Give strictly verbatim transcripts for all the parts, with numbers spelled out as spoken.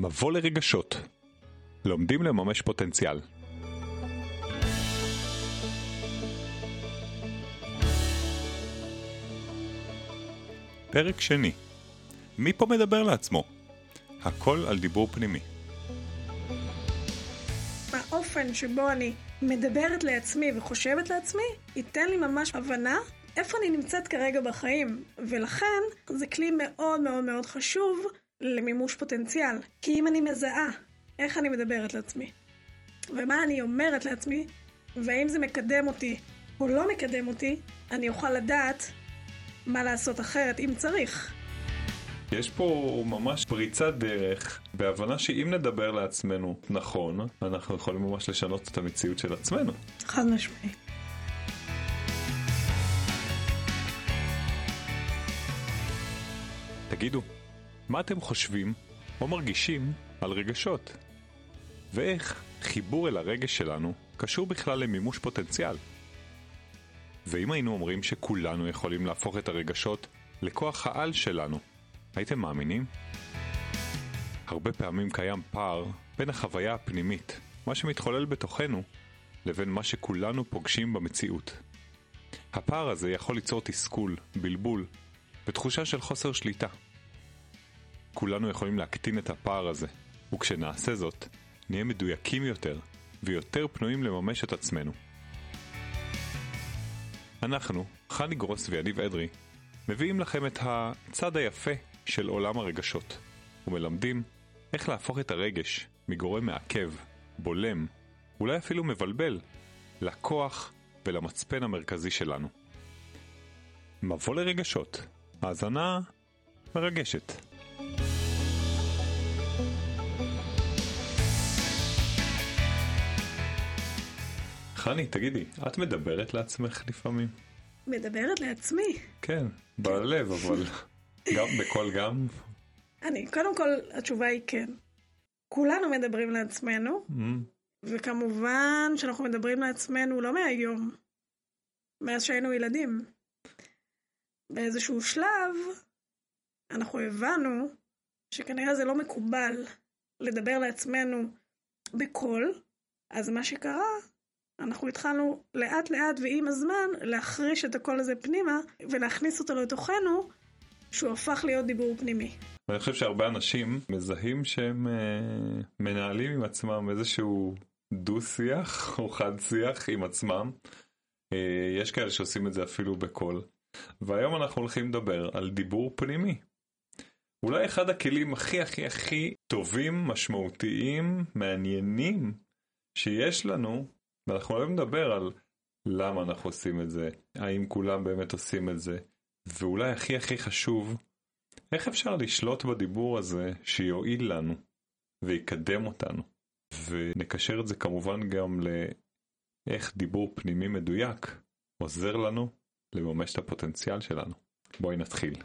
מבוא לרגשות. לומדים לממש פוטנציאל. פרק שני. מי פה מדבר לעצמו? הכל על דיבור פנימי. האופן שבו אני מדברת לעצמי וחושבת לעצמי ייתן לי ממש הבנה איפה אני נמצאת כרגע בחיים, ולכן זה כלי מאוד מאוד מאוד חשוב למימוש פוטנציאל. כי אם אני מזהה איך אני מדברת לעצמי ומה אני אומרת לעצמי, והאם זה מקדם אותי או לא מקדם אותי, אני אוכל לדעת מה לעשות אחרת אם צריך. יש פה ממש פריצת דרך בהבנה שאם נדבר לעצמנו נכון, אנחנו יכולים ממש לשנות את המציאות של עצמנו. חד משמעי. תגידו, מה אתם חושבים או מרגישים על רגשות? ואיך חיבור אל הרגש שלנו קשור בכלל למימוש פוטנציאל? ואם היינו אומרים שכולנו יכולים להפוך את הרגשות לכוח העל שלנו, הייתם מאמינים? הרבה פעמים קיים פער בין החוויה הפנימית, מה שמתחולל בתוכנו, לבין מה שכולנו פוגשים במציאות. הפער הזה יכול ליצור תסכול, בלבול, ותחושה של חוסר שליטה. כולנו יכולים להקטין את הפער הזה, וכשנעשה זאת, נהיה מדויקים יותר, ויותר פנויים לממש את עצמנו. אנחנו, חני גרוס ויניב אדרי, מביאים לכם את הצד היפה של עולם הרגשות, ומלמדים איך להפוך את הרגש מגורם מעכב, בולם, אולי אפילו מבלבל, לכוח ולמצפן המרכזי שלנו. מבוא לרגשות, האזנה מרגשת. חני, תגידי, את מדברת לעצמך לפעמים? מדברת לעצמי? כן, בלב, אבל גם בכל גם? אני, קודם כל, התשובה היא כן. כולנו מדברים לעצמנו, mm. וכמובן שאנחנו מדברים לעצמנו לא מהיום, מאז שהיינו ילדים. באיזשהו שלב, אנחנו הבנו שכנראה זה לא מקובל לדבר לעצמנו בקול, אז מה שקרה, אנחנו התחלנו לאט לאט ועם הזמן להחריש את הקול הזה פנימה ולהכניס אותו לתוכנו, שהוא הפך להיות דיבור פנימי. אני חושב שהרבה אנשים מזהים שהם uh, מנהלים עם עצמם איזשהו דו-שיח או חד-שיח עם עצמם. Uh, יש כאלה שעושים את זה אפילו בקול. והיום אנחנו הולכים לדבר על דיבור פנימי. אולי אחד הכלים הכי הכי הכי טובים, משמעותיים, מעניינים שיש לנו, ואנחנו הולכים לדבר על למה אנחנו עושים את זה, האם כולם באמת עושים את זה, ואולי הכי הכי חשוב, איך אפשר לשלוט בדיבור הזה שיועיל לנו ויקדם אותנו. ונקשר את זה כמובן גם לאיך דיבור פנימי מדויק עוזר לנו לממש את הפוטנציאל שלנו. בואי נתחיל.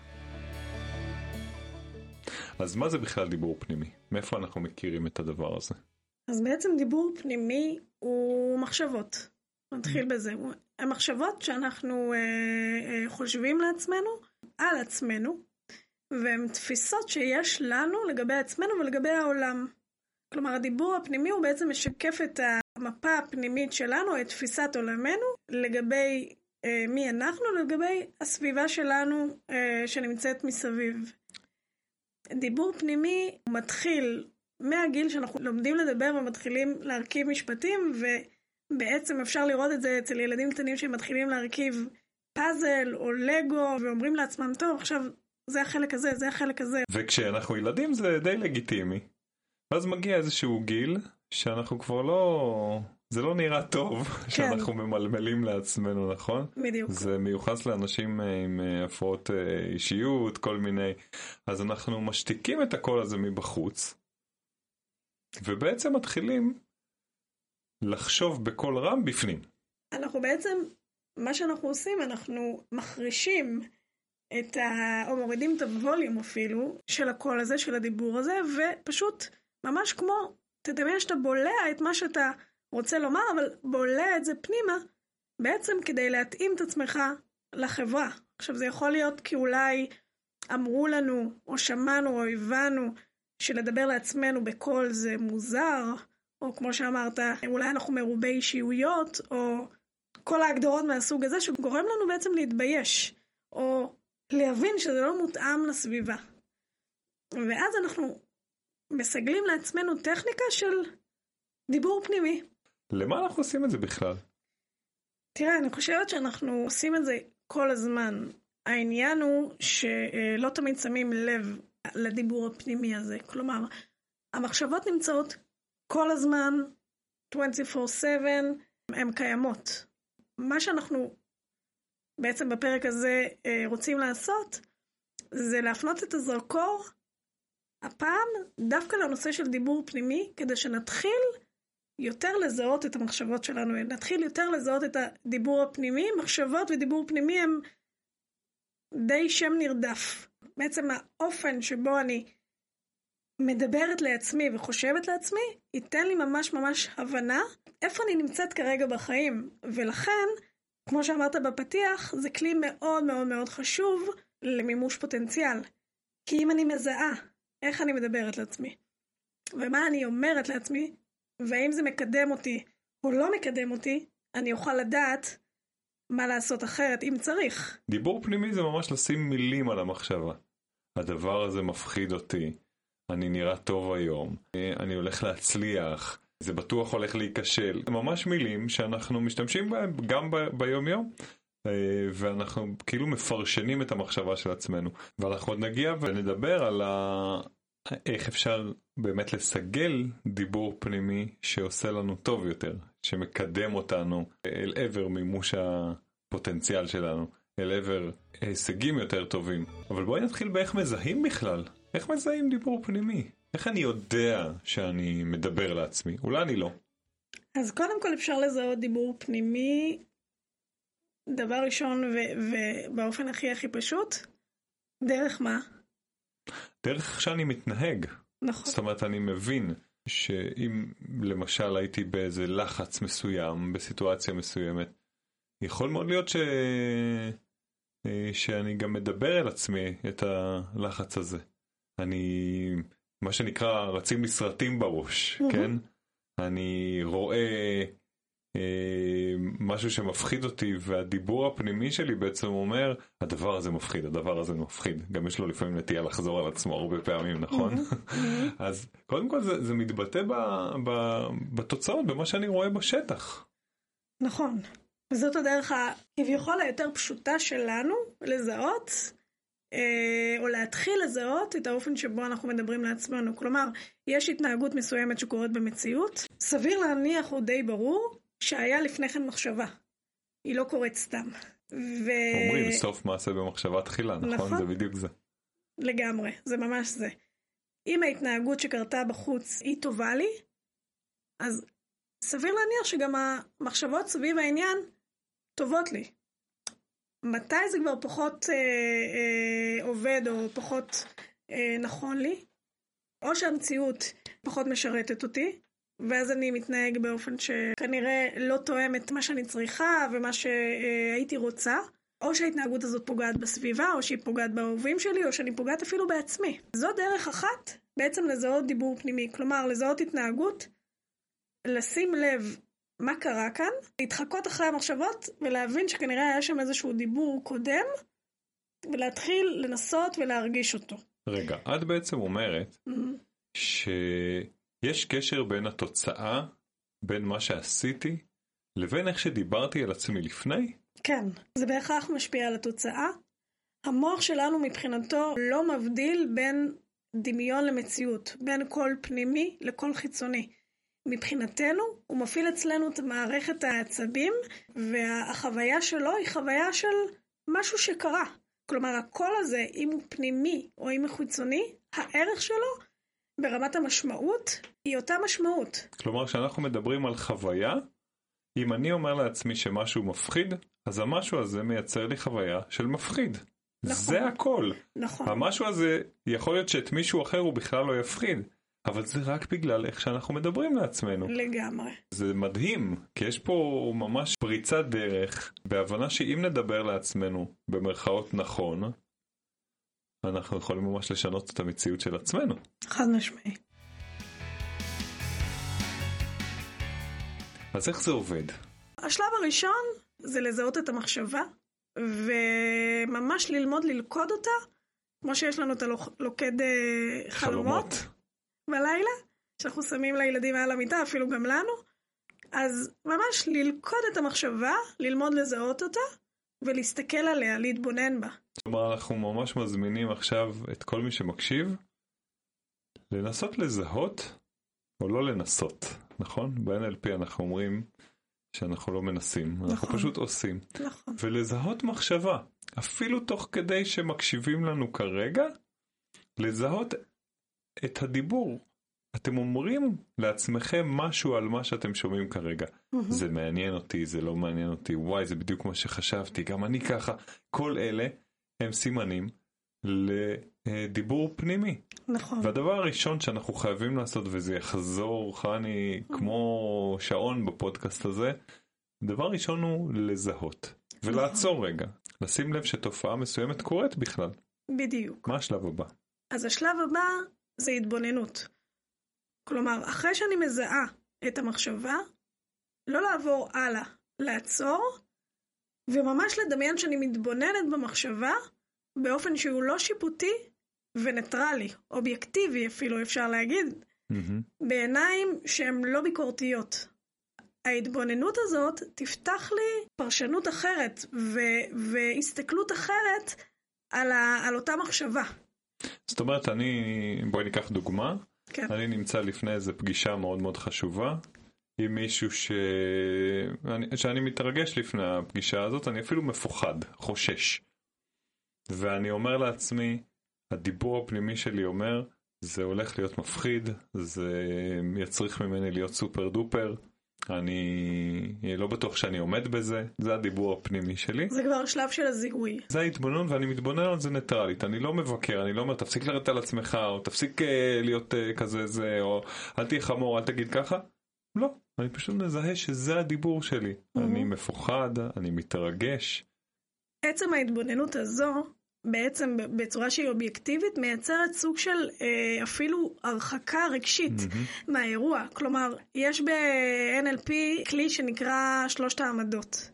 אז מה זה בכלל דיבור פנימי? מאיפה אנחנו מכירים את הדבר הזה? אז בעצם דיבור פנימי הוא מחשבות. נתחיל בזה. המחשבות שאנחנו אה, אה, חושבים לעצמנו, על עצמנו, והן תפיסות שיש לנו לגבי עצמנו ולגבי העולם. כלומר, הדיבור הפנימי הוא בעצם משקף את המפה הפנימית שלנו, את תפיסת עולמנו, לגבי אה, מי אנחנו, לגבי הסביבה שלנו אה, שנמצאת מסביב. דיבור פנימי מתחיל מהגיל שאנחנו לומדים לדבר ומתחילים להרכיב משפטים, ובעצם אפשר לראות את זה אצל ילדים קטנים שמתחילים להרכיב פאזל או לגו, ואומרים לעצמם, טוב, עכשיו זה החלק הזה, זה החלק הזה. וכשאנחנו ילדים זה די לגיטימי. ואז מגיע איזשהו גיל שאנחנו כבר לא, זה לא נראה טוב, כן. שאנחנו ממלמלים לעצמנו, נכון? בדיוק. זה מיוחס לאנשים עם הפרעות אישיות, כל מיני. אז אנחנו משתיקים את הקול הזה מבחוץ, ובעצם מתחילים לחשוב בקול רם בפנים. אנחנו בעצם, מה שאנחנו עושים, אנחנו מחרישים את ה... או מורידים את הווליום אפילו של הקול הזה, של הדיבור הזה, ופשוט ממש כמו, תדמיין שאתה בולע את מה שאתה רוצה לומר, אבל בולע את זה פנימה, בעצם כדי להתאים את עצמך לחברה. עכשיו זה יכול להיות כי אולי אמרו לנו, או שמענו, או הבנו, שלדבר לעצמנו בקול זה מוזר, או כמו שאמרת, אולי אנחנו מרובי אישיויות, או כל ההגדרות מהסוג הזה שגורם לנו בעצם להתבייש, או להבין שזה לא מותאם לסביבה. ואז אנחנו מסגלים לעצמנו טכניקה של דיבור פנימי. למה אנחנו עושים את זה בכלל? תראה, אני חושבת שאנחנו עושים את זה כל הזמן. העניין הוא שלא תמיד שמים לב לדיבור הפנימי הזה. כלומר, המחשבות נמצאות כל הזמן, עשרים וארבע שבע, הן קיימות. מה שאנחנו בעצם בפרק הזה רוצים לעשות, זה להפנות את הזרקור, הפעם דווקא לנושא של דיבור פנימי, כדי שנתחיל יותר לזהות את המחשבות שלנו, נתחיל יותר לזהות את הדיבור הפנימי. מחשבות ודיבור פנימי הם די שם נרדף. בעצם האופן שבו אני מדברת לעצמי וחושבת לעצמי, ייתן לי ממש ממש הבנה איפה אני נמצאת כרגע בחיים. ולכן, כמו שאמרת בפתיח, זה כלי מאוד מאוד מאוד חשוב למימוש פוטנציאל. כי אם אני מזהה איך אני מדברת לעצמי, ומה אני אומרת לעצמי, והאם זה מקדם אותי או לא מקדם אותי, אני אוכל לדעת מה לעשות אחרת אם צריך. דיבור פנימי זה ממש לשים מילים על המחשבה. הדבר הזה מפחיד אותי, אני נראה טוב היום, אני הולך להצליח, זה בטוח הולך להיכשל. ממש מילים שאנחנו משתמשים בהם גם ב- ביום יום, ואנחנו כאילו מפרשנים את המחשבה של עצמנו. ואנחנו עוד נגיע ונדבר על ה... איך אפשר באמת לסגל דיבור פנימי שעושה לנו טוב יותר, שמקדם אותנו אל עבר מימוש הפוטנציאל שלנו, אל עבר הישגים יותר טובים. אבל בואי נתחיל באיך מזהים בכלל. איך מזהים דיבור פנימי? איך אני יודע שאני מדבר לעצמי? אולי אני לא. אז קודם כל אפשר לזהות דיבור פנימי, דבר ראשון ובאופן הכי הכי פשוט, דרך מה? דרך איך שאני מתנהג. נכון. זאת אומרת, אני מבין שאם למשל הייתי באיזה לחץ מסוים, בסיטואציה מסוימת, יכול מאוד להיות ש... שאני גם מדבר אל עצמי את הלחץ הזה. אני, מה שנקרא, רצים לי סרטים בראש, mm-hmm. כן? אני רואה אה, משהו שמפחיד אותי, והדיבור הפנימי שלי בעצם אומר, הדבר הזה מפחיד, הדבר הזה מפחיד. גם יש לו לפעמים נטייה לחזור על עצמו הרבה פעמים, נכון? Mm-hmm. אז קודם כל זה, זה מתבטא ב, ב, בתוצאות, במה שאני רואה בשטח. נכון. וזאת הדרך כביכול היותר פשוטה שלנו לזהות, או להתחיל לזהות את האופן שבו אנחנו מדברים לעצמנו. כלומר, יש התנהגות מסוימת שקורית במציאות, סביר להניח הוא די ברור שהיה לפני כן מחשבה. היא לא קורית סתם. ו... אומרים, סוף מעשה במחשבה תחילה, נכון? נכון? זה בדיוק זה. לגמרי, זה ממש זה. אם ההתנהגות שקרתה בחוץ היא טובה לי, אז סביר להניח שגם המחשבות סביב העניין טובות לי. מתי זה כבר פחות אה, אה, עובד או פחות אה, נכון לי, או שהמציאות פחות משרתת אותי, ואז אני מתנהג באופן שכנראה לא תואם את מה שאני צריכה ומה שהייתי רוצה, או שההתנהגות הזאת פוגעת בסביבה, או שהיא פוגעת באהובים שלי, או שאני פוגעת אפילו בעצמי. זו דרך אחת בעצם לזהות דיבור פנימי, כלומר לזהות התנהגות, לשים לב מה קרה כאן, להתחקות אחרי המחשבות ולהבין שכנראה היה שם איזשהו דיבור קודם, ולהתחיל לנסות ולהרגיש אותו. רגע, את בעצם אומרת mm-hmm. שיש קשר בין התוצאה, בין מה שעשיתי, לבין איך שדיברתי על עצמי לפני? כן, זה בהכרח משפיע על התוצאה. המוח שלנו מבחינתו לא מבדיל בין דמיון למציאות, בין כל פנימי לכל חיצוני. מבחינתנו, הוא מפעיל אצלנו את מערכת העצבים, והחוויה שלו היא חוויה של משהו שקרה. כלומר, הקול הזה, אם הוא פנימי או אם הוא חיצוני, הערך שלו ברמת המשמעות היא אותה משמעות. כלומר, כשאנחנו מדברים על חוויה, אם אני אומר לעצמי שמשהו מפחיד, אז המשהו הזה מייצר לי חוויה של מפחיד. נכון. זה הכל. נכון. המשהו הזה יכול להיות שאת מישהו אחר הוא בכלל לא יפחיד. אבל זה רק בגלל איך שאנחנו מדברים לעצמנו. לגמרי. זה מדהים, כי יש פה ממש פריצת דרך, בהבנה שאם נדבר לעצמנו במרכאות נכון, אנחנו יכולים ממש לשנות את המציאות של עצמנו. חד משמעי. אז איך זה עובד? השלב הראשון זה לזהות את המחשבה, וממש ללמוד ללכוד אותה, כמו שיש לנו את הלוקד חלומות, חלומות. בלילה, שאנחנו שמים לילדים על המיטה, אפילו גם לנו, אז ממש ללכוד את המחשבה, ללמוד לזהות אותה, ולהסתכל עליה, להתבונן בה. כלומר, אנחנו ממש מזמינים עכשיו את כל מי שמקשיב, לנסות לזהות, או לא לנסות, נכון? ב-אן אל פי אנחנו אומרים שאנחנו לא מנסים, נכון. אנחנו פשוט עושים. נכון. ולזהות מחשבה, אפילו תוך כדי שמקשיבים לנו כרגע, לזהות את הדיבור. אתם אומרים לעצמכם משהו על מה שאתם שומעים כרגע. Mm-hmm. זה מעניין אותי, זה לא מעניין אותי, וואי, זה בדיוק מה שחשבתי, גם אני ככה. כל אלה הם סימנים לדיבור פנימי. נכון. והדבר הראשון שאנחנו חייבים לעשות, וזה יחזור חני mm-hmm. כמו שעון בפודקאסט הזה, דבר ראשון הוא לזהות. נכון. ולעצור רגע. לשים לב שתופעה מסוימת קורית בכלל. בדיוק. מה השלב הבא? אז השלב הבא זה התבוננות. כלומר, אחרי שאני מזהה את המחשבה, לא לעבור הלאה, לעצור, וממש לדמיין שאני מתבוננת במחשבה, באופן שהוא לא שיפוטי וניטרלי, אובייקטיבי אפילו אפשר להגיד, mm-hmm. בעיניים שהן לא ביקורתיות. ההתבוננות הזאת תפתח לי פרשנות אחרת, ו- והסתכלות אחרת על, ה- על אותה מחשבה. זאת אומרת, אני, בואי ניקח דוגמה, כן. אני נמצא לפני איזו פגישה מאוד מאוד חשובה, עם מישהו ש... אני, שאני מתרגש לפני הפגישה הזאת, אני אפילו מפוחד, חושש. ואני אומר לעצמי, הדיבור הפנימי שלי אומר, זה הולך להיות מפחיד, זה יצריך ממני להיות סופר דופר, אני לא בטוח שאני עומד בזה, זה הדיבור הפנימי שלי. זה כבר שלב של הזיהוי. זה ההתבוננות, ואני מתבונן על זה ניטרלית, אני לא מבקר, אני לא אומר תפסיק לרדת על עצמך, או תפסיק להיות כזה זה, או אל תהיה חמור, אל תגיד ככה. לא, אני פשוט מזהה שזה הדיבור שלי. Mm-hmm. אני מפוחד, אני מתרגש. עצם ההתבוננות הזו, בעצם בצורה שהיא אובייקטיבית, מייצרת סוג של אה, אפילו הרחקה רגשית mm-hmm. מהאירוע. כלומר, יש ב-אן אל פי כלי שנקרא שלושת העמדות.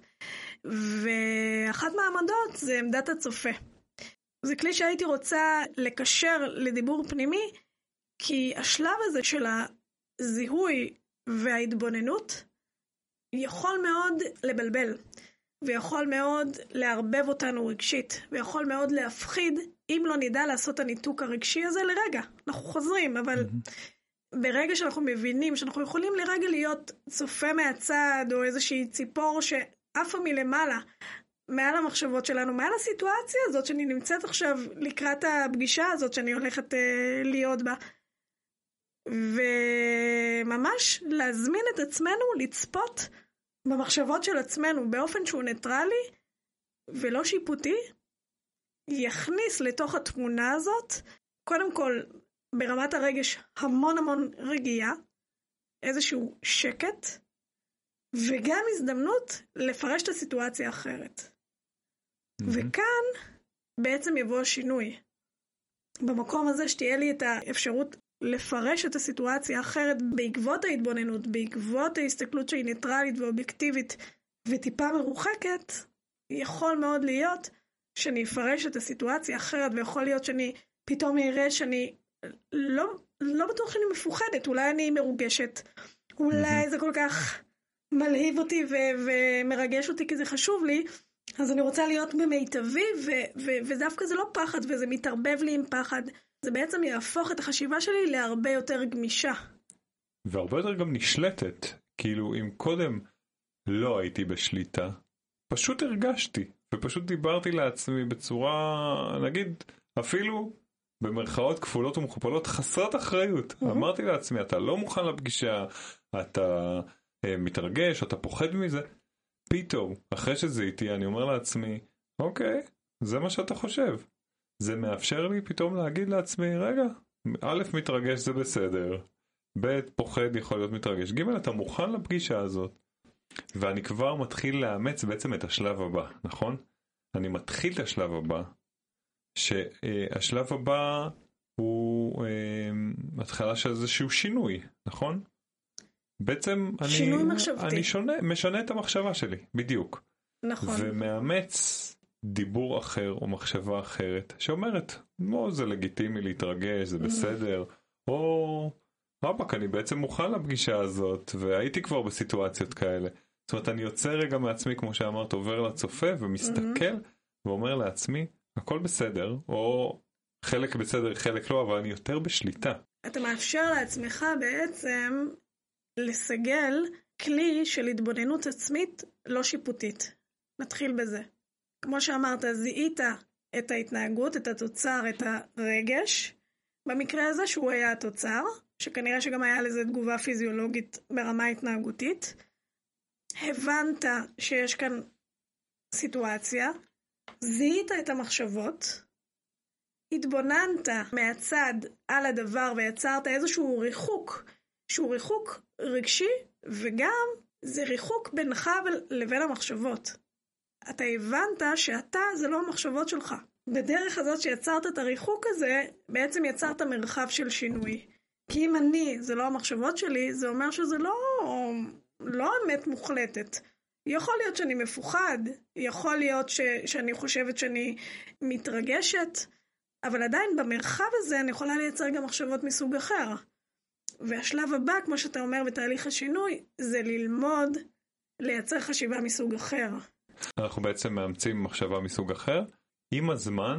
ואחת מהעמדות זה עמדת הצופה. זה כלי שהייתי רוצה לקשר לדיבור פנימי, כי השלב הזה של הזיהוי וההתבוננות יכול מאוד לבלבל. ויכול מאוד לערבב אותנו רגשית, ויכול מאוד להפחיד, אם לא נדע לעשות הניתוק הרגשי הזה לרגע. אנחנו חוזרים, אבל mm-hmm. ברגע שאנחנו מבינים, שאנחנו יכולים לרגע להיות צופה מהצד, או איזושהי ציפור שעפה מלמעלה, מעל המחשבות שלנו, מעל הסיטואציה הזאת, שאני נמצאת עכשיו לקראת הפגישה הזאת, שאני הולכת אה, להיות בה, וממש להזמין את עצמנו לצפות, במחשבות של עצמנו באופן שהוא ניטרלי ולא שיפוטי, יכניס לתוך התמונה הזאת, קודם כל ברמת הרגש המון המון רגיעה, איזשהו שקט, וגם הזדמנות לפרש את הסיטואציה אחרת. Mm-hmm. וכאן בעצם יבוא השינוי. במקום הזה שתהיה לי את האפשרות לפרש את הסיטואציה האחרת בעקבות ההתבוננות, בעקבות ההסתכלות שהיא ניטרלית ואובייקטיבית וטיפה מרוחקת, יכול מאוד להיות שאני אפרש את הסיטואציה האחרת, ויכול להיות שאני פתאום אראה שאני לא, לא בטוח שאני מפוחדת, אולי אני מרוגשת, אולי זה כל כך מלהיב אותי ו- ומרגש אותי כי זה חשוב לי, אז אני רוצה להיות במיטבי, ו- ו- ודווקא זה לא פחד, וזה מתערבב לי עם פחד, זה בעצם יהפוך את החשיבה שלי להרבה יותר גמישה. והרבה יותר גם נשלטת. כאילו, אם קודם לא הייתי בשליטה, פשוט הרגשתי, ופשוט דיברתי לעצמי בצורה, נגיד, אפילו במרכאות כפולות ומכופלות, חסרת אחריות. Mm-hmm. אמרתי לעצמי, אתה לא מוכן לפגישה, אתה אה, מתרגש, אתה פוחד מזה. פתאום, אחרי שזה איתי, אני אומר לעצמי, אוקיי, זה מה שאתה חושב. זה מאפשר לי פתאום להגיד לעצמי, רגע, א', מתרגש זה בסדר, ב', פוחד יכול להיות מתרגש, ג', אתה מוכן לפגישה הזאת, ואני כבר מתחיל לאמץ בעצם את השלב הבא, נכון? אני מתחיל את השלב הבא, שהשלב הבא הוא התחלה של איזשהו שינוי, נכון? בעצם שינוי אני, מחשבתי. אני שונה, משנה את המחשבה שלי, בדיוק. נכון. ומאמץ דיבור אחר או מחשבה אחרת, שאומרת, לא, זה לגיטימי להתרגש, זה בסדר, או רבק, אני בעצם מוכן לפגישה הזאת, והייתי כבר בסיטואציות כאלה. זאת אומרת, אני יוצא רגע מעצמי, כמו שאמרת, עובר לצופה ומסתכל, ואומר לעצמי, הכל בסדר, או חלק בסדר, חלק לא, אבל אני יותר בשליטה. אתה מאפשר לעצמך בעצם לסגל כלי של התבוננות עצמית לא שיפוטית. נתחיל בזה. כמו שאמרת, זיהית את ההתנהגות, את התוצר, את הרגש, במקרה הזה שהוא היה התוצר, שכנראה שגם היה לזה תגובה פיזיולוגית ברמה התנהגותית. הבנת שיש כאן סיטואציה, זיהית את המחשבות, התבוננת מהצד על הדבר ויצרת איזשהו ריחוק, שהוא ריחוק רגשי, וגם זה ריחוק בינך לבין המחשבות. אתה הבנת שאתה זה לא המחשבות שלך. בדרך הזאת שיצרת את הריחוק הזה, בעצם יצרת מרחב של שינוי. כי אם אני, זה לא המחשבות שלי, זה אומר שזה לא, לא אמת מוחלטת. יכול להיות שאני מפוחד, יכול להיות ש, שאני חושבת שאני מתרגשת, אבל עדיין במרחב הזה אני יכולה לייצר גם מחשבות מסוג אחר. והשלב הבא, כמו שאתה אומר בתהליך השינוי, זה ללמוד לייצר חשיבה מסוג אחר. אנחנו בעצם מאמצים מחשבה מסוג אחר. עם הזמן,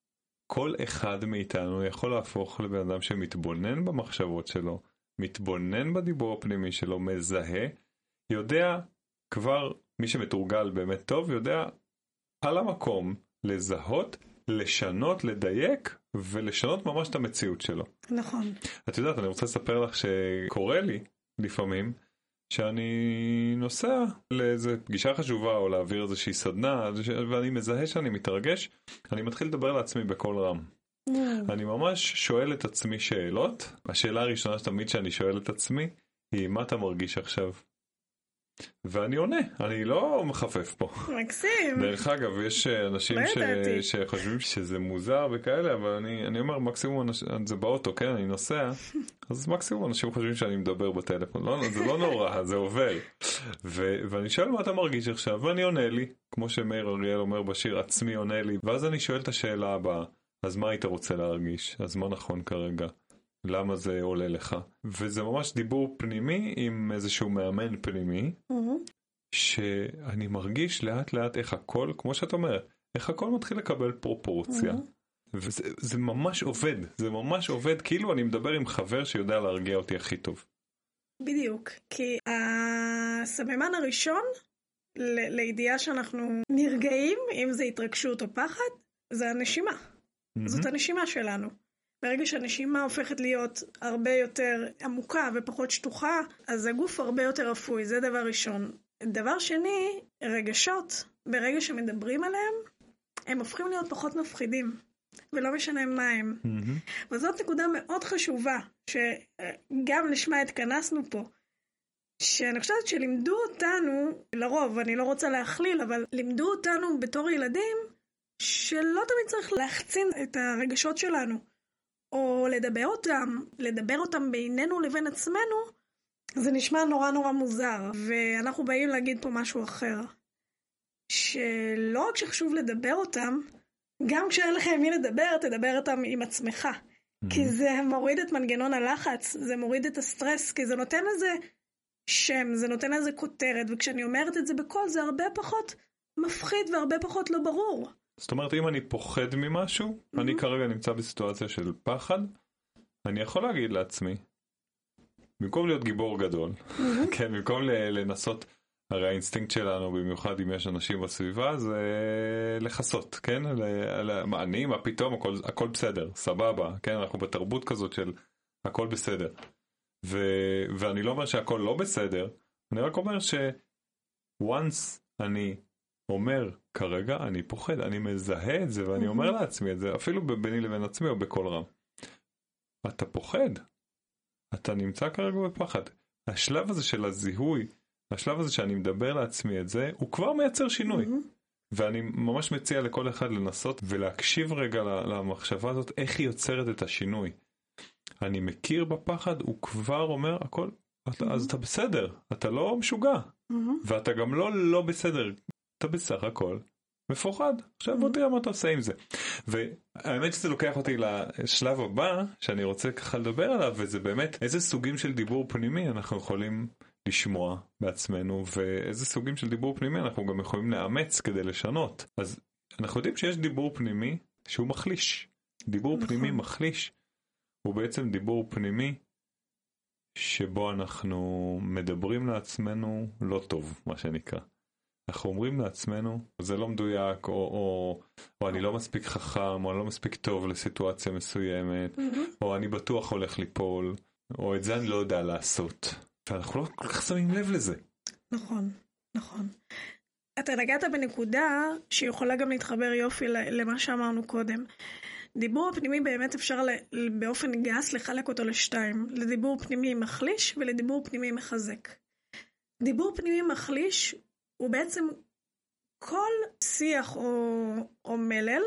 כל אחד מאיתנו יכול להפוך לבן אדם שמתבונן במחשבות שלו, מתבונן בדיבור הפנימי שלו, מזהה, יודע כבר, מי שמתורגל באמת טוב, יודע על המקום לזהות, לשנות, לדייק, ולשנות ממש את המציאות שלו. נכון. את יודעת, אני רוצה לספר לך שקורה לי לפעמים, שאני נוסע לאיזו פגישה חשובה או להעביר איזושהי סדנה, ואני מזהה שאני מתרגש, אני מתחיל לדבר לעצמי בקול רם. Mm. אני ממש שואל את עצמי שאלות. השאלה הראשונה שתמיד שאני שואל את עצמי היא, מה אתה מרגיש עכשיו? ואני עונה, אני לא מחפף פה. מקסים. דרך אגב, יש אנשים ש... שחושבים שזה מוזר וכאלה, אבל אני, אני אומר, מקסימום אנש... זה באוטו, כן, אני נוסע, אז מקסימום אנשים חושבים שאני מדבר בטלפון. לא, זה לא נורא, זה עובר. ו... ואני שואל מה אתה מרגיש עכשיו, ואני עונה לי, כמו שמאיר אריאל אומר בשיר, עצמי עונה לי, ואז אני שואל את השאלה הבאה, אז מה היית רוצה להרגיש? אז מה נכון כרגע? למה זה עולה לך? וזה ממש דיבור פנימי עם איזשהו מאמן פנימי, mm-hmm. שאני מרגיש לאט לאט איך הכל, כמו שאת אומרת, איך הכל מתחיל לקבל פרופורציה. Mm-hmm. וזה זה ממש עובד, זה ממש עובד, כאילו אני מדבר עם חבר שיודע להרגיע אותי הכי טוב. בדיוק, כי הסממן הראשון ל- לידיעה שאנחנו נרגעים, אם זה התרגשות או פחד, זה הנשימה. Mm-hmm. זאת הנשימה שלנו. ברגע שהנשימה הופכת להיות הרבה יותר עמוקה ופחות שטוחה, אז הגוף הרבה יותר אפוי, זה דבר ראשון. דבר שני, רגשות, ברגע שמדברים עליהם, הם הופכים להיות פחות מפחידים, ולא משנה מה הם. Mm-hmm. וזאת נקודה מאוד חשובה, שגם לשמה התכנסנו פה, שאני חושבת שלימדו אותנו, לרוב, אני לא רוצה להכליל, אבל לימדו אותנו בתור ילדים, שלא תמיד צריך להחצין את הרגשות שלנו. או לדבר אותם, לדבר אותם בינינו לבין עצמנו, זה נשמע נורא נורא מוזר, ואנחנו באים להגיד פה משהו אחר. שלא רק שחשוב לדבר אותם, גם כשאין לך עם מי לדבר, תדבר אותם עם עצמך. Mm-hmm. כי זה מוריד את מנגנון הלחץ, זה מוריד את הסטרס, כי זה נותן לזה שם, זה נותן לזה כותרת, וכשאני אומרת את זה בקול, זה הרבה פחות מפחיד והרבה פחות לא ברור. זאת אומרת, אם אני פוחד ממשהו, mm-hmm. אני כרגע נמצא בסיטואציה של פחד, אני יכול להגיד לעצמי, במקום להיות גיבור גדול, mm-hmm. כן, במקום לנסות, הרי האינסטינקט שלנו, במיוחד אם יש אנשים בסביבה, זה לחסות, כן? מה, אני, מה פתאום, הכל, הכל בסדר, סבבה, כן? אנחנו בתרבות כזאת של הכל בסדר. ו, ואני לא אומר שהכל לא בסדר, אני רק אומר ש once אני אומר, כרגע אני פוחד, אני מזהה את זה, ואני אומר לעצמי את זה, אפילו ביני לבין עצמי או בכל רם. אתה פוחד. אתה נמצא כרגע בפחד. השלב הזה של הזיהוי, השלב הזה שאני מדבר לעצמי את זה, הוא כבר מייצר שינוי. ואני ממש מציע לכל אחד לנסות ולהקשיב רגע למחשבה הזאת, איך היא יוצרת את השינוי. אני מכיר בפחד, הוא כבר אומר הכל, אתה, mm-hmm. אז אתה בסדר, אתה לא משוגע, mm-hmm. ואתה גם לא לא בסדר, אתה בסך הכל מפוחד. עכשיו mm-hmm. בוא תראה מה אתה עושה עם זה. והאמת שזה לוקח אותי לשלב הבא, שאני רוצה ככה לדבר עליו, וזה באמת איזה סוגים של דיבור פנימי אנחנו יכולים לשמוע בעצמנו, ואיזה סוגים של דיבור פנימי אנחנו גם יכולים לאמץ כדי לשנות. אז אנחנו יודעים שיש דיבור פנימי שהוא מחליש. דיבור נכון. פנימי מחליש הוא בעצם דיבור פנימי שבו אנחנו מדברים לעצמנו לא טוב, מה שנקרא. אנחנו אומרים לעצמנו, זה לא מדויק, או, או, או אני לא מספיק חכם, או אני לא מספיק טוב לסיטואציה מסוימת, mm-hmm. או אני בטוח הולך ליפול, או את זה אני לא יודע לעשות. ואנחנו לא כל כך שמים לב לזה. נכון, נכון. אתה נגעת בנקודה שיכולה גם להתחבר יופי למה שאמרנו קודם. דיבור הפנימי באמת אפשר באופן גס לחלק אותו לשתיים. לדיבור פנימי מחליש ולדיבור פנימי מחזק. דיבור פנימי מחליש הוא בעצם כל שיח או, או מלל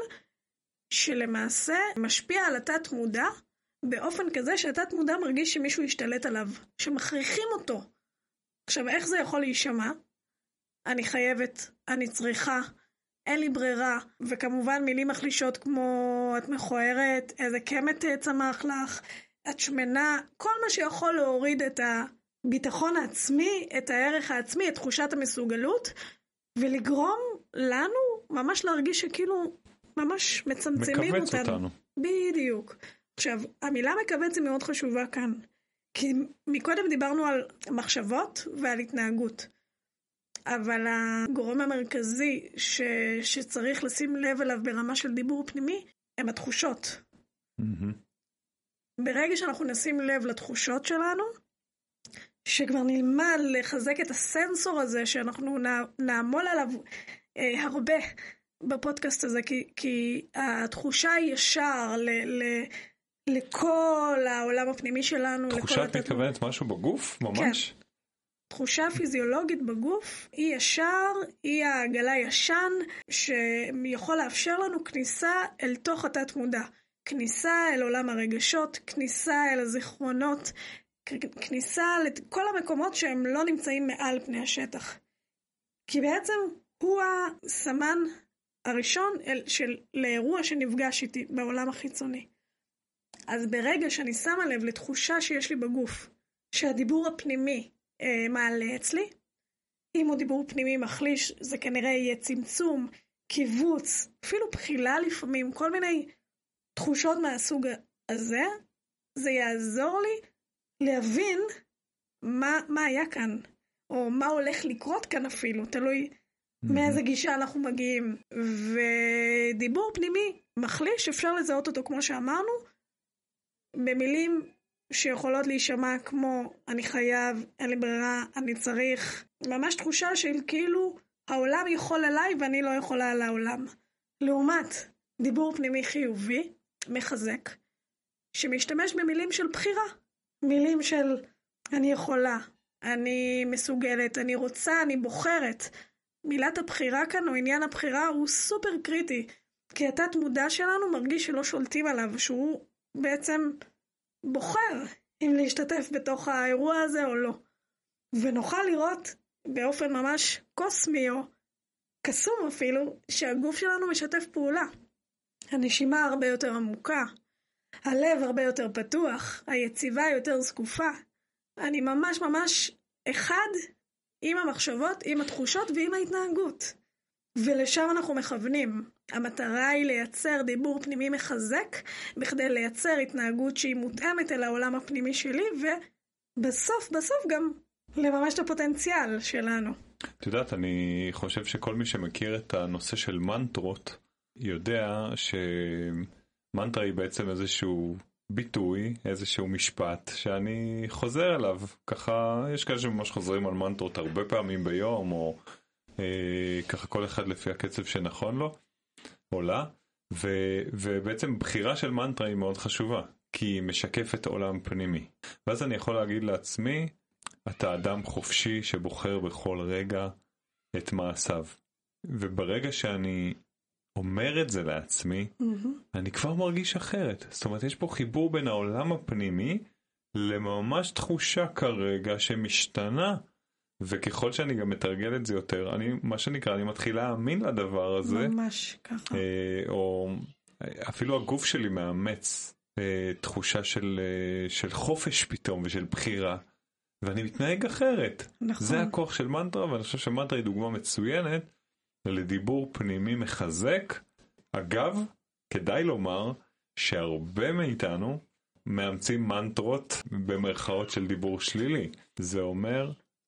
שלמעשה משפיע על התת מודע באופן כזה שהתת מודע מרגיש שמישהו ישתלט עליו, שמכריחים אותו. עכשיו, איך זה יכול להישמע? אני חייבת, אני צריכה, אין לי ברירה, וכמובן מילים מחלישות כמו את מכוערת, איזה קמת צמח לך, את שמנה, כל מה שיכול להוריד את הביטחון העצמי, את הערך העצמי, את תחושת המסוגלות, ולגרום לנו ממש להרגיש שכאילו ממש מצמצמים אותנו. מכווץ אותנו. בדיוק. עכשיו, המילה מכווץ היא מאוד חשובה כאן, כי מקודם דיברנו על מחשבות ועל התנהגות. אבל הגורם המרכזי ש... שצריך לשים לב אליו ברמה של דיבור פנימי, הם התחושות. Mm-hmm. ברגע שאנחנו נשים לב לתחושות שלנו, שכבר נלמד לחזק את הסנסור הזה, שאנחנו נעמול עליו אה, הרבה בפודקאסט הזה, כי, כי התחושה היא ישר ל... ל... לכל העולם הפנימי שלנו. תחושה את מתכוונת משהו בגוף? ממש? כן. תחושה פיזיולוגית בגוף היא ישר, היא העגלה ישן, שיכול לאפשר לנו כניסה אל תוך התת מודע. כניסה אל עולם הרגשות, כניסה אל הזיכרונות, כניסה לכל המקומות שהם לא נמצאים מעל פני השטח. כי בעצם הוא הסמן הראשון של, לאירוע שנפגש איתי בעולם החיצוני. אז ברגע שאני שמה לב לתחושה שיש לי בגוף, שהדיבור הפנימי אה, מעלה אצלי, אם הוא דיבור פנימי מחליש, זה כנראה יהיה צמצום, קיבוץ, אפילו בחילה לפעמים, כל מיני תחושות מהסוג הזה, זה יעזור לי להבין מה, מה היה כאן, או מה הולך לקרות כאן אפילו, תלוי mm-hmm. מאיזה גישה אנחנו מגיעים. ודיבור פנימי מחליש, אפשר לזהות אותו כמו שאמרנו, במילים שיכולות להישמע כמו אני חייב, אין לי ברירה, אני צריך, ממש תחושה של כאילו העולם יכול עליי ואני לא יכולה על העולם. לעומת דיבור פנימי חיובי, מחזק, שמשתמש במילים של בחירה, מילים של אני יכולה, אני מסוגלת, אני רוצה, אני בוחרת. מילת הבחירה כאן או עניין הבחירה הוא סופר קריטי, כי התת מודע שלנו מרגיש שלא שולטים עליו, שהוא בעצם בוחר אם להשתתף בתוך האירוע הזה או לא. ונוכל לראות באופן ממש קוסמי או קסום אפילו, שהגוף שלנו משתף פעולה. הנשימה הרבה יותר עמוקה, הלב הרבה יותר פתוח, היציבה יותר זקופה. אני ממש ממש אחד עם המחשבות, עם התחושות ועם ההתנהגות. ולשם אנחנו מכוונים. המטרה היא לייצר דיבור פנימי מחזק, בכדי לייצר התנהגות שהיא מותאמת אל העולם הפנימי שלי, ובסוף, בסוף גם לממש את הפוטנציאל שלנו. את יודעת, אני חושב שכל מי שמכיר את הנושא של מנטרות, יודע שמנטרה היא בעצם איזשהו ביטוי, איזשהו משפט, שאני חוזר אליו. ככה, יש כאלה שממש חוזרים על מנטרות הרבה פעמים ביום, או אה, ככה כל אחד לפי הקצב שנכון לו, עולה, ו, ובעצם בחירה של מנטרה היא מאוד חשובה, כי היא משקפת עולם פנימי. ואז אני יכול להגיד לעצמי, אתה אדם חופשי שבוחר בכל רגע את מעשיו. וברגע שאני אומר את זה לעצמי, Mm-hmm. אני כבר מרגיש אחרת. זאת אומרת, יש פה חיבור בין העולם הפנימי לממש תחושה כרגע שמשתנה, וככל שאני גם מתרגל את זה יותר, אני, מה שנקרא, אני מתחיל להאמין לדבר הזה. ממש ככה. אה, או אפילו הגוף שלי מאמץ אה, תחושה של, אה, של חופש פתאום ושל בחירה, ואני מתנהג אחרת. נכון. זה הכוח של מנטרה, ואני חושב שמנטרה היא דוגמה מצוינת לדיבור פנימי מחזק. אגב, כדאי לומר שהרבה מאיתנו מאמצים מנטרות במרכאות של דיבור שלילי. זה אומר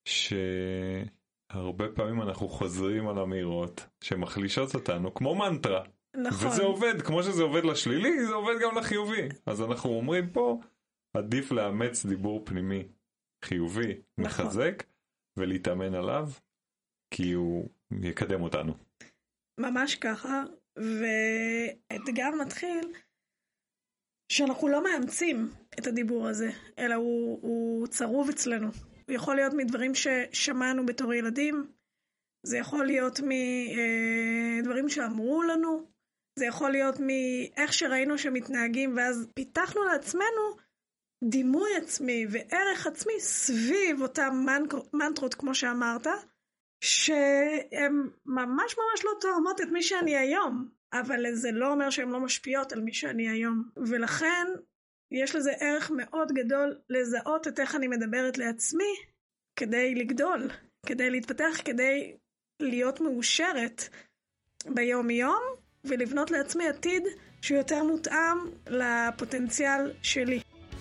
שהרבה פעמים אנחנו חוזרים על אמירות שמחלישות אותנו כמו מנטרה. נכון. וזה עובד, כמו שזה עובד לשלילי, זה עובד גם לחיובי. אז אנחנו אומרים פה, עדיף לאמץ דיבור פנימי חיובי, נכון. מחזק, ולהתאמן עליו, כי הוא יקדם אותנו. ממש ככה, והאתגר מתחיל שאנחנו לא מאמצים את הדיבור הזה, אלא הוא, הוא צרוב אצלנו. הוא יכול להיות מדברים ששמענו בתור ילדים, זה יכול להיות מדברים שאמרו לנו, זה יכול להיות מאיך שראינו שמתנהגים, ואז פיתחנו לעצמנו דימוי עצמי וערך עצמי סביב אותם מנטרות, כמו שאמרת, שהן ממש ממש לא תואמות את מי שאני היום, אבל זה לא אומר שהן לא משפיעות על מי שאני היום. ולכן יש לזה ערך מאוד גדול לזהות את איך אני מדברת לעצמי, כדי לגדול, כדי להתפתח, כדי להיות מאושרת ביום יום, ולבנות לעצמי עתיד שהוא יותר מותאם לפוטנציאל שלי.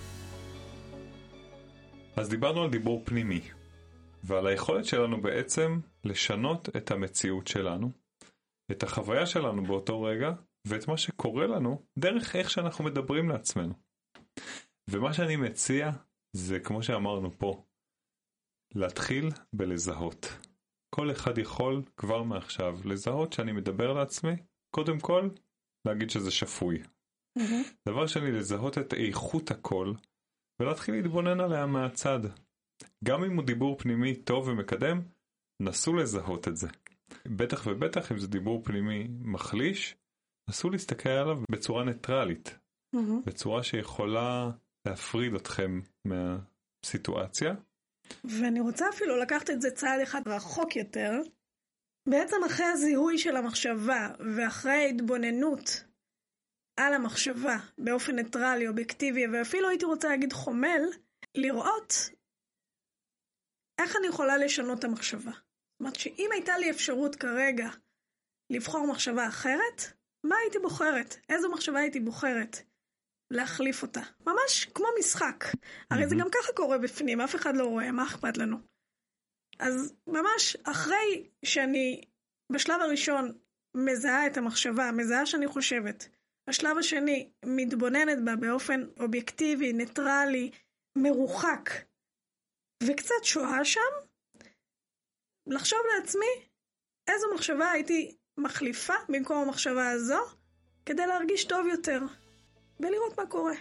אז דיברנו על דיבור פנימי, ועל היכולת שלנו בעצם לשנות את המציאות שלנו, את החוויה שלנו באותו רגע, ואת מה שקורה לנו דרך איך שאנחנו מדברים לעצמנו. ומה שאני מציע זה, כמו שאמרנו פה, להתחיל בלזהות. כל אחד יכול כבר מעכשיו לזהות שאני מדבר לעצמי, קודם כל להגיד שזה שפוי. Mm-hmm. דבר שני, לזהות את איכות הקול, ולהתחיל להתבונן עליה מהצד. גם אם הוא דיבור פנימי טוב ומקדם, נסו לזהות את זה. בטח ובטח אם זה דיבור פנימי מחליש, נסו להסתכל עליו בצורה ניטרלית, Mm-hmm. בצורה שיכולה להפריד אתכם מהסיטואציה. ואני רוצה אפילו לקחת את זה צעד אחד רחוק יותר. בעצם אחרי הזיהוי של המחשבה ואחרי ההתבוננות על המחשבה באופן ניטרלי, אובייקטיבי, ואפילו הייתי רוצה להגיד חומל, לראות איך אני יכולה לשנות את המחשבה. זאת אומרת שאם הייתה לי אפשרות כרגע לבחור מחשבה אחרת, מה הייתי בוחרת? איזו מחשבה הייתי בוחרת? להחליף אותה. ממש כמו משחק. הרי זה גם ככה קורה בפנים, אף אחד לא רואה, מה אכפת לנו? אז ממש אחרי שאני בשלב הראשון מזהה את המחשבה, מזהה שאני חושבת, השלב השני מתבוננת בה באופן אובייקטיבי, ניטרלי, מרוחק, וקצת שוהה שם, לחשוב לעצמי איזו מחשבה הייתי מחליפה במקום המחשבה הזו, כדי להרגיש טוב יותר, ולראות מה קורה.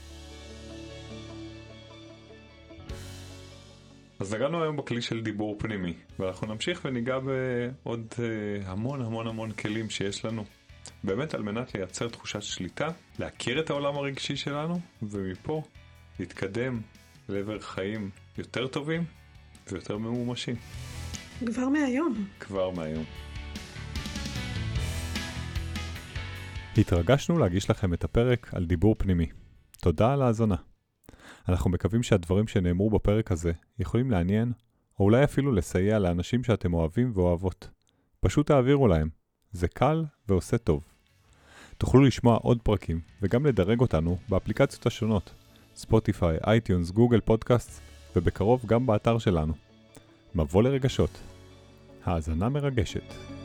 אז נגענו היום בכלי של דיבור פנימי, ואנחנו נמשיך וניגע בעוד המון המון המון כלים שיש לנו, באמת על מנת לייצר תחושת שליטה, להכיר את העולם הרגשי שלנו, ומפה להתקדם לעבר חיים יותר טובים ויותר ממומשים. כבר מהיום. כבר מהיום. התרגשנו להגיש לכם את הפרק על דיבור פנימי. תודה על ההאזנה. אנחנו מקווים שהדברים שנאמרו בפרק הזה יכולים לעניין, או אולי אפילו לסייע לאנשים שאתם אוהבים ואוהבות. פשוט תעבירו להם. זה קל ועושה טוב. תוכלו לשמוע עוד פרקים וגם לדרג אותנו באפליקציות השונות, ספוטיפיי, אייטיונס, גוגל פודקאסט, ובקרוב גם באתר שלנו. מבוא לרגשות. האזנה מרגשת.